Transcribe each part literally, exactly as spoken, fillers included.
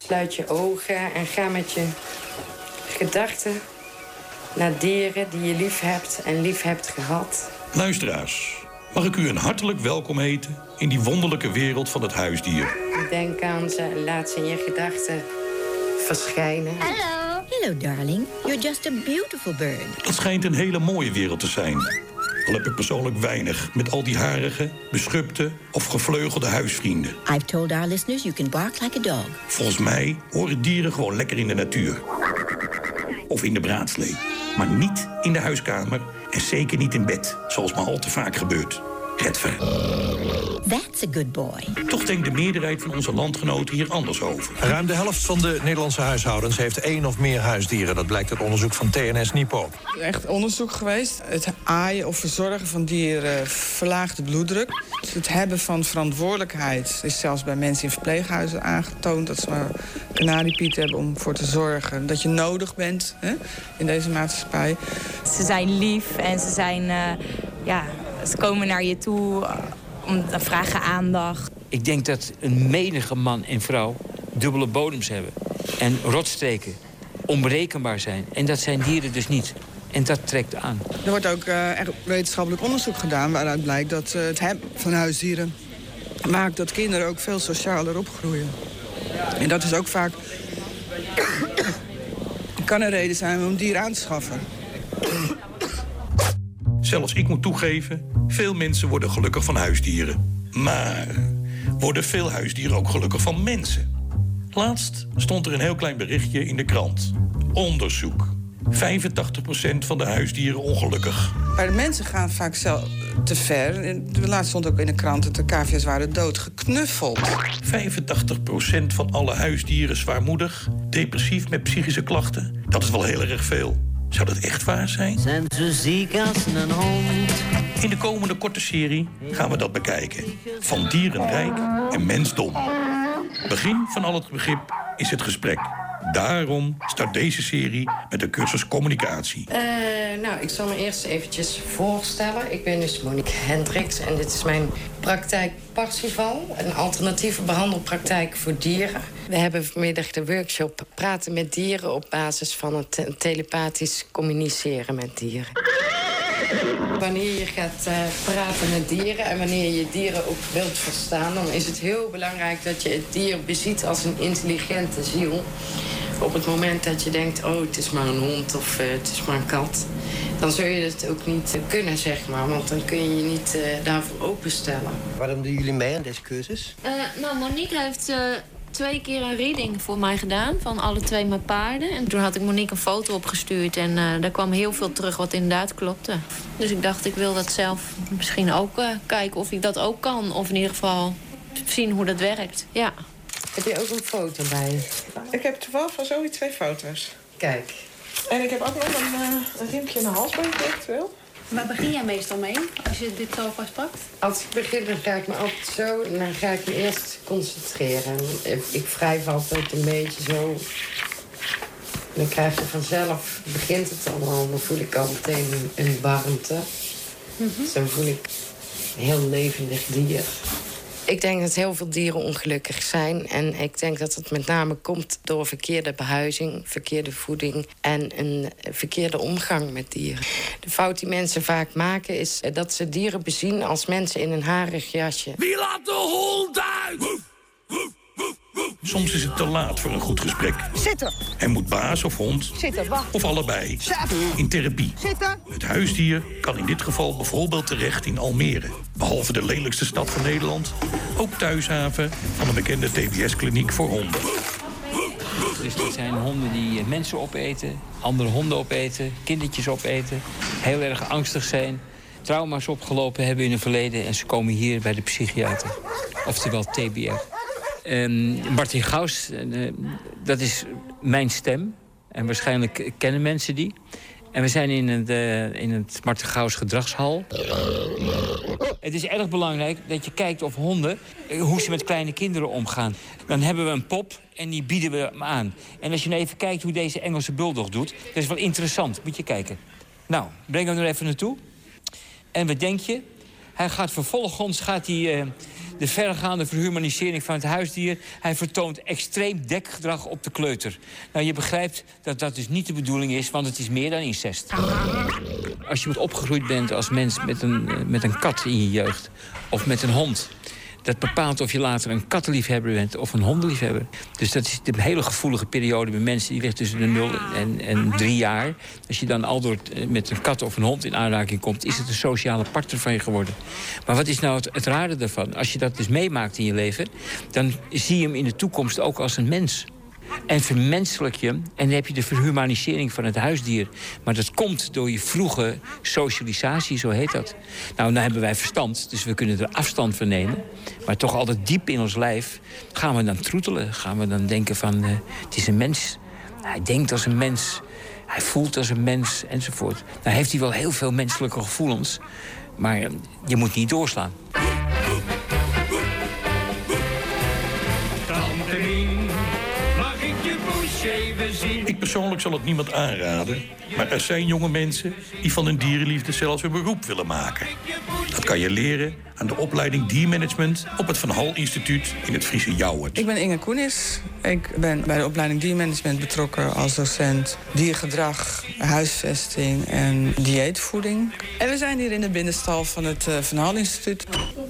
Sluit je ogen en ga met je gedachten naar dieren die je lief hebt en lief hebt gehad. Luisteraars, mag ik u een hartelijk welkom heten in die wonderlijke wereld van het huisdier. Denk aan ze en laat ze in je gedachten verschijnen. Hallo. Hello, darling. You're just a beautiful bird. Het schijnt een hele mooie wereld te zijn. Al heb ik persoonlijk weinig met al die harige, beschubte of gevleugelde huisvrienden. I've told our listeners you can bark like a dog. Volgens mij horen dieren gewoon lekker in de natuur. Of in de braadslee. Maar niet in de huiskamer en zeker niet in bed, zoals maar al te vaak gebeurt. Redver. That's a good boy. Toch denkt de meerderheid van onze landgenoten hier anders over. Ruim de helft van de Nederlandse huishoudens heeft één of meer huisdieren. Dat blijkt uit onderzoek van T N S Nipo. Echt onderzoek geweest. Het aaien of verzorgen van dieren verlaagt de bloeddruk. Het hebben van verantwoordelijkheid is zelfs bij mensen in verpleeghuizen aangetoond. Dat ze maar kanariepiet hebben om voor te zorgen dat je nodig bent, hè, in deze maatschappij. Ze zijn lief en ze zijn, uh, ja, ze komen naar je toe om te vragen aandacht. Ik denk dat een menige man en vrouw dubbele bodems hebben. En rotstreken onberekenbaar zijn. En dat zijn dieren dus niet. En dat trekt aan. Er wordt ook uh, echt wetenschappelijk onderzoek gedaan waaruit blijkt dat uh, het hebben van huisdieren maakt dat kinderen ook veel socialer opgroeien. En dat is ook vaak kan een reden zijn om een dier aan te schaffen. Zelfs ik moet toegeven, veel mensen worden gelukkig van huisdieren. Maar worden veel huisdieren ook gelukkig van mensen? Laatst stond er een heel klein berichtje in de krant. Onderzoek. vijfentachtig procent van de huisdieren ongelukkig. Maar de mensen gaan vaak zelf te ver. Laatst stond ook in de krant dat de cavia's waren doodgeknuffeld. vijfentachtig procent van alle huisdieren zwaarmoedig, depressief met psychische klachten. Dat is wel heel erg veel. Zou dat echt waar zijn? Zijn zo ziek als een hond. In de komende korte serie gaan we dat bekijken. Van dierenrijk en mensdom. Begin van al het begrip is het gesprek. Daarom start deze serie met een cursus communicatie. Uh, nou, ik zal me eerst eventjes voorstellen. Ik ben dus Monique Hendricks en dit is mijn praktijk Parsifal. Een alternatieve behandelpraktijk voor dieren. We hebben vanmiddag de workshop Praten met dieren op basis van het telepathisch communiceren met dieren. Wanneer je gaat uh, praten met dieren en wanneer je dieren ook wilt verstaan, dan is het heel belangrijk dat je het dier beziet als een intelligente ziel. Op het moment dat je denkt, oh, het is maar een hond of uh, het is maar een kat, dan zul je het ook niet kunnen, zeg maar. Want dan kun je je niet uh, daarvoor openstellen. Waarom doen jullie mee aan deze cursus? Uh, nou, Monique heeft uh, twee keer een reading voor mij gedaan van alle twee mijn paarden. En toen had ik Monique een foto opgestuurd en uh, daar kwam heel veel terug wat inderdaad klopte. Dus ik dacht, ik wil dat zelf misschien ook uh, kijken of ik dat ook kan. Of in ieder geval zien hoe dat werkt, ja. Heb je ook een foto bij? Ik heb toevallig van zoiets twee foto's. Kijk. En ik heb ook nog een, uh, een riempje en een halsbandje eventueel. Waar begin jij meestal mee als je dit zo vastpakt? Als ik begin, dan ga ik me altijd zo... en dan ga ik me eerst concentreren. Ik wrijf altijd een beetje zo. En dan krijg je vanzelf... begint het allemaal, dan voel ik al meteen een, een warmte. Mm-hmm. Dus dan voel ik een heel levendig dier. Ik denk dat heel veel dieren ongelukkig zijn. En ik denk dat het met name komt door verkeerde behuizing, verkeerde voeding en een verkeerde omgang met dieren. De fout die mensen vaak maken is dat ze dieren bezien als mensen in een harig jasje. Wie laat de hond uit? Soms is het te laat voor een goed gesprek. Zitten. En moet baas of hond, Zitten, wacht. of allebei, Zitten. in therapie. Zitten. Het huisdier kan in dit geval bijvoorbeeld terecht in Almere. Behalve de lelijkste stad van Nederland, ook thuishaven van een bekende T B S-kliniek voor honden. Dus er zijn honden die mensen opeten, andere honden opeten, kindertjes opeten, heel erg angstig zijn, trauma's opgelopen hebben in het verleden en ze komen hier bij de psychiater, oftewel T B R. Um, Martin Gauws, uh, dat is mijn stem. En waarschijnlijk kennen mensen die. En we zijn in het, uh, in het Martin Gauws gedragshal. Het is erg belangrijk dat je kijkt of honden, uh, hoe ze met kleine kinderen omgaan. Dan hebben we een pop en die bieden we hem aan. En als je nou even kijkt hoe deze Engelse bulldog doet, dat is wel interessant. Moet je kijken. Nou, breng hem er even naartoe. En wat denk je? Hij gaat vervolgens gaat hij, uh, de verregaande verhumanisering van het huisdier. Hij vertoont extreem dekgedrag op de kleuter. Nou, je begrijpt dat dat dus niet de bedoeling is, want het is meer dan incest. Als je opgegroeid bent als mens met een, met een kat in je jeugd, of met een hond, dat bepaalt of je later een kattenliefhebber bent of een hondenliefhebber. Dus dat is een hele gevoelige periode bij mensen die ligt tussen de nul en, en drie jaar. Als je dan al door met een kat of een hond in aanraking komt, is het een sociale partner van je geworden. Maar wat is nou het, het rare daarvan? Als je dat dus meemaakt in je leven, dan zie je hem in de toekomst ook als een mens. En vermenselijk je, en dan heb je de verhumanisering van het huisdier. Maar dat komt door je vroege socialisatie, zo heet dat. Nou, nou hebben wij verstand, dus we kunnen er afstand van nemen. Maar toch altijd diep in ons lijf gaan we dan troetelen. Gaan we dan denken van, uh, het is een mens. Hij denkt als een mens, hij voelt als een mens, enzovoort. Nou heeft hij wel heel veel menselijke gevoelens, maar uh, je moet niet doorslaan. Ik persoonlijk zal het niemand aanraden, maar er zijn jonge mensen die van hun dierenliefde zelfs een beroep willen maken. Dat kan je leren aan de opleiding Diermanagement op het Van Hal Instituut in het Friese Jouwert. Ik ben Inge Koenis. Ik ben bij de opleiding Diermanagement betrokken als docent diergedrag, huisvesting en dieetvoeding. En we zijn hier in de binnenstal van het uh, Van Hal Instituut.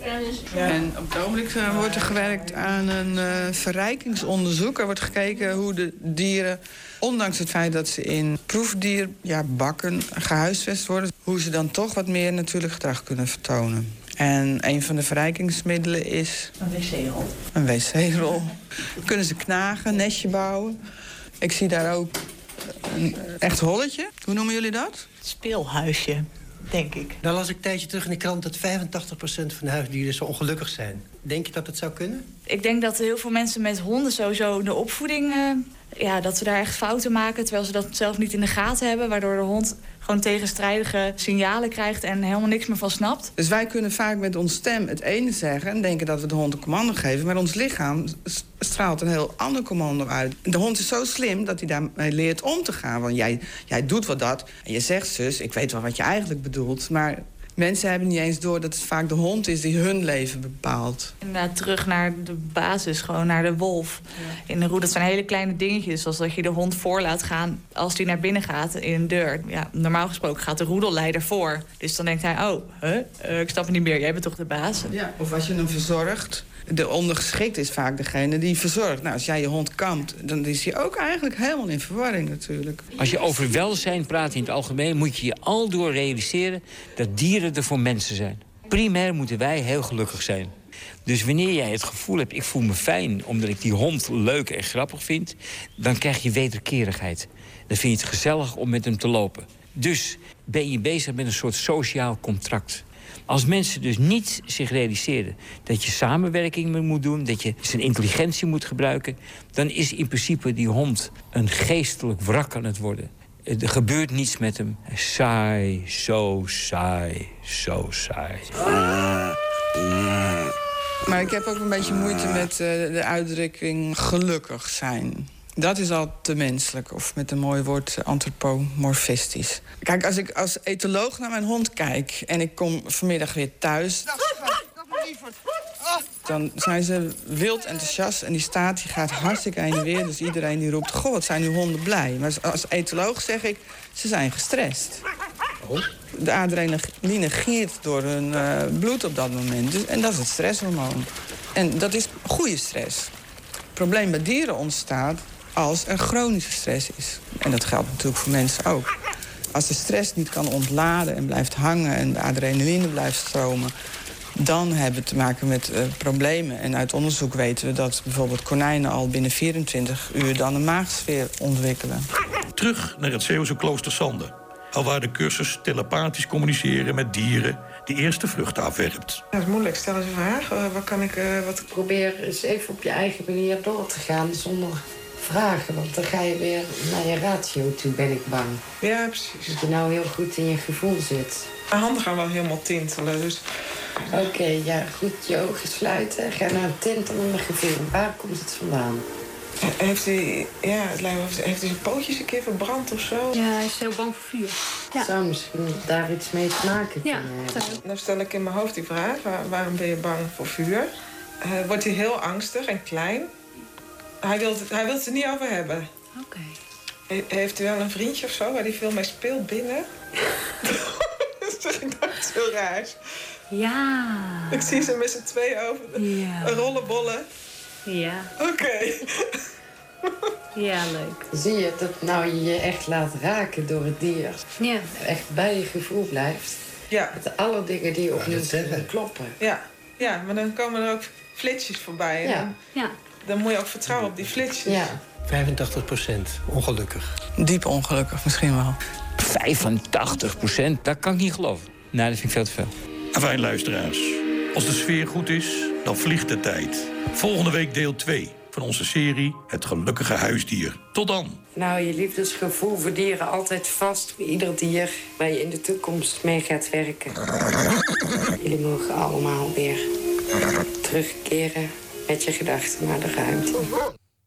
En op het ogenblik uh, wordt er gewerkt aan een uh, verrijkingsonderzoek. Er wordt gekeken hoe de dieren, ondanks het feit dat ze in proefdierbakken ja, gehuisvest worden, hoe ze dan toch wat meer natuurlijk gedrag kunnen vertonen. En een van de verrijkingsmiddelen is een wc-rol. Een wc-rol. Kunnen ze knagen, een nestje bouwen. Ik zie daar ook een echt holletje. Hoe noemen jullie dat? Speelhuisje, denk ik. Nou las ik een tijdje terug in de krant dat vijfentachtig procent van de huisdieren zo ongelukkig zijn. Denk je dat het zou kunnen? Ik denk dat heel veel mensen met honden sowieso de opvoeding, Uh, ja, dat ze daar echt fouten maken, terwijl ze dat zelf niet in de gaten hebben, waardoor de hond gewoon tegenstrijdige signalen krijgt en helemaal niks meer van snapt. Dus wij kunnen vaak met ons stem het ene zeggen en denken dat we de hond een commando geven, maar ons lichaam straalt een heel ander commando uit. De hond is zo slim dat hij daarmee leert om te gaan. Want jij, jij doet wat dat en je zegt, zus, ik weet wel wat je eigenlijk bedoelt, maar mensen hebben niet eens door dat het vaak de hond is die hun leven bepaalt. Inderdaad, terug naar de basis, gewoon naar de wolf. Ja. In de roe, dat zijn hele kleine dingetjes, zoals dat je de hond voor laat gaan als die naar binnen gaat in een deur. Ja, normaal gesproken gaat de roedelleider voor. Dus dan denkt hij, oh, huh? uh, ik snap het niet meer, jij bent toch de baas? Ja, of als je hem verzorgt. De ondergeschikt is vaak degene die verzorgt. Nou, als jij je hond kampt, dan is hij ook eigenlijk helemaal in verwarring natuurlijk. Als je over welzijn praat in het algemeen, moet je je aldoor realiseren dat dieren er voor mensen zijn. Primair moeten wij heel gelukkig zijn. Dus wanneer jij het gevoel hebt, ik voel me fijn omdat ik die hond leuk en grappig vind, dan krijg je wederkerigheid. Dan vind je het gezellig om met hem te lopen. Dus ben je bezig met een soort sociaal contract. Als mensen dus niet zich realiseren dat je samenwerking moet doen, dat je zijn intelligentie moet gebruiken, dan is in principe die hond een geestelijk wrak aan het worden. Er gebeurt niets met hem. Saai, zo saai, zo saai. Maar ik heb ook een beetje moeite met uh, de uitdrukking gelukkig zijn. Dat is al te menselijk, of met een mooi woord antropomorfistisch. Kijk, als ik als etoloog naar mijn hond kijk en ik kom vanmiddag weer thuis, dan zijn ze wild enthousiast en die staat die gaat hartstikke heen en weer. Dus iedereen die roept, goh, wat zijn uw honden blij. Maar als etoloog zeg ik, ze zijn gestrest. De adrenaline giert door hun uh, bloed op dat moment. Dus, en dat is het stresshormoon. En dat is goede stress. Het probleem bij dieren ontstaat als er chronische stress is. En dat geldt natuurlijk voor mensen ook. Als de stress niet kan ontladen en blijft hangen en de adrenaline blijft stromen, dan hebben we te maken met uh, problemen. En uit onderzoek weten we dat bijvoorbeeld konijnen al binnen vierentwintig uur dan een maagsfeer ontwikkelen. Terug naar het Zeeuwse klooster Sande. Alwaar de cursus telepathisch communiceren met dieren die eerste vruchten afwerpt. Dat is moeilijk. Stel eens een vraag. Uh, wat kan ik... Uh, wat... Probeer eens even op je eigen manier door te gaan zonder vragen. Want dan ga je weer naar je ratio toe, ben ik bang. Ja, precies. Dat je nou heel goed in je gevoel zit. Mijn handen gaan wel helemaal tintelen, dus... Oké, okay, ja, goed je ogen sluiten. Ga naar een tintelende gevoel. Waar komt het vandaan? Heeft hij, ja, het lijkt me, heeft hij zijn pootjes een keer verbrand of zo? Ja, hij is heel bang voor vuur. Ja. Zou misschien daar iets mee te maken kunnen ja, hebben. Dan stel ik in mijn hoofd die vraag, waar, waarom ben je bang voor vuur? uh, wordt hij heel angstig en klein. Hij wil het, hij wil het er niet over hebben. Oké. Okay. He, heeft u wel een vriendje of zo waar hij veel mee speelt binnen? Dat is heel raar. Ja. Ik zie ze met z'n twee over ja. een rollenbollen. Ja. Oké. Okay. Ja, leuk. Zie je dat nou je je echt laat raken door het dier? Ja. Echt bij je gevoel blijft. Ja. Dat alle dingen die je opnoemt ja, kloppen. Ja. Ja, maar dan komen er ook flitsjes voorbij. Ja. Dan, ja. dan moet je ook vertrouwen op die flitsjes. Ja. vijfentachtig procent ongelukkig. Diep ongelukkig misschien wel. vijfentachtig procent? Dat kan ik niet geloven. Nou, dat vind ik veel te veel. Afijn, luisteraars. Als de sfeer goed is, dan vliegt de tijd. Volgende week deel twee van onze serie Het Gelukkige Huisdier. Tot dan. Nou, je liefdesgevoel voor dieren altijd vast bij ieder dier waar je in de toekomst mee gaat werken. Jullie mogen allemaal weer terugkeren met je gedachten naar de ruimte.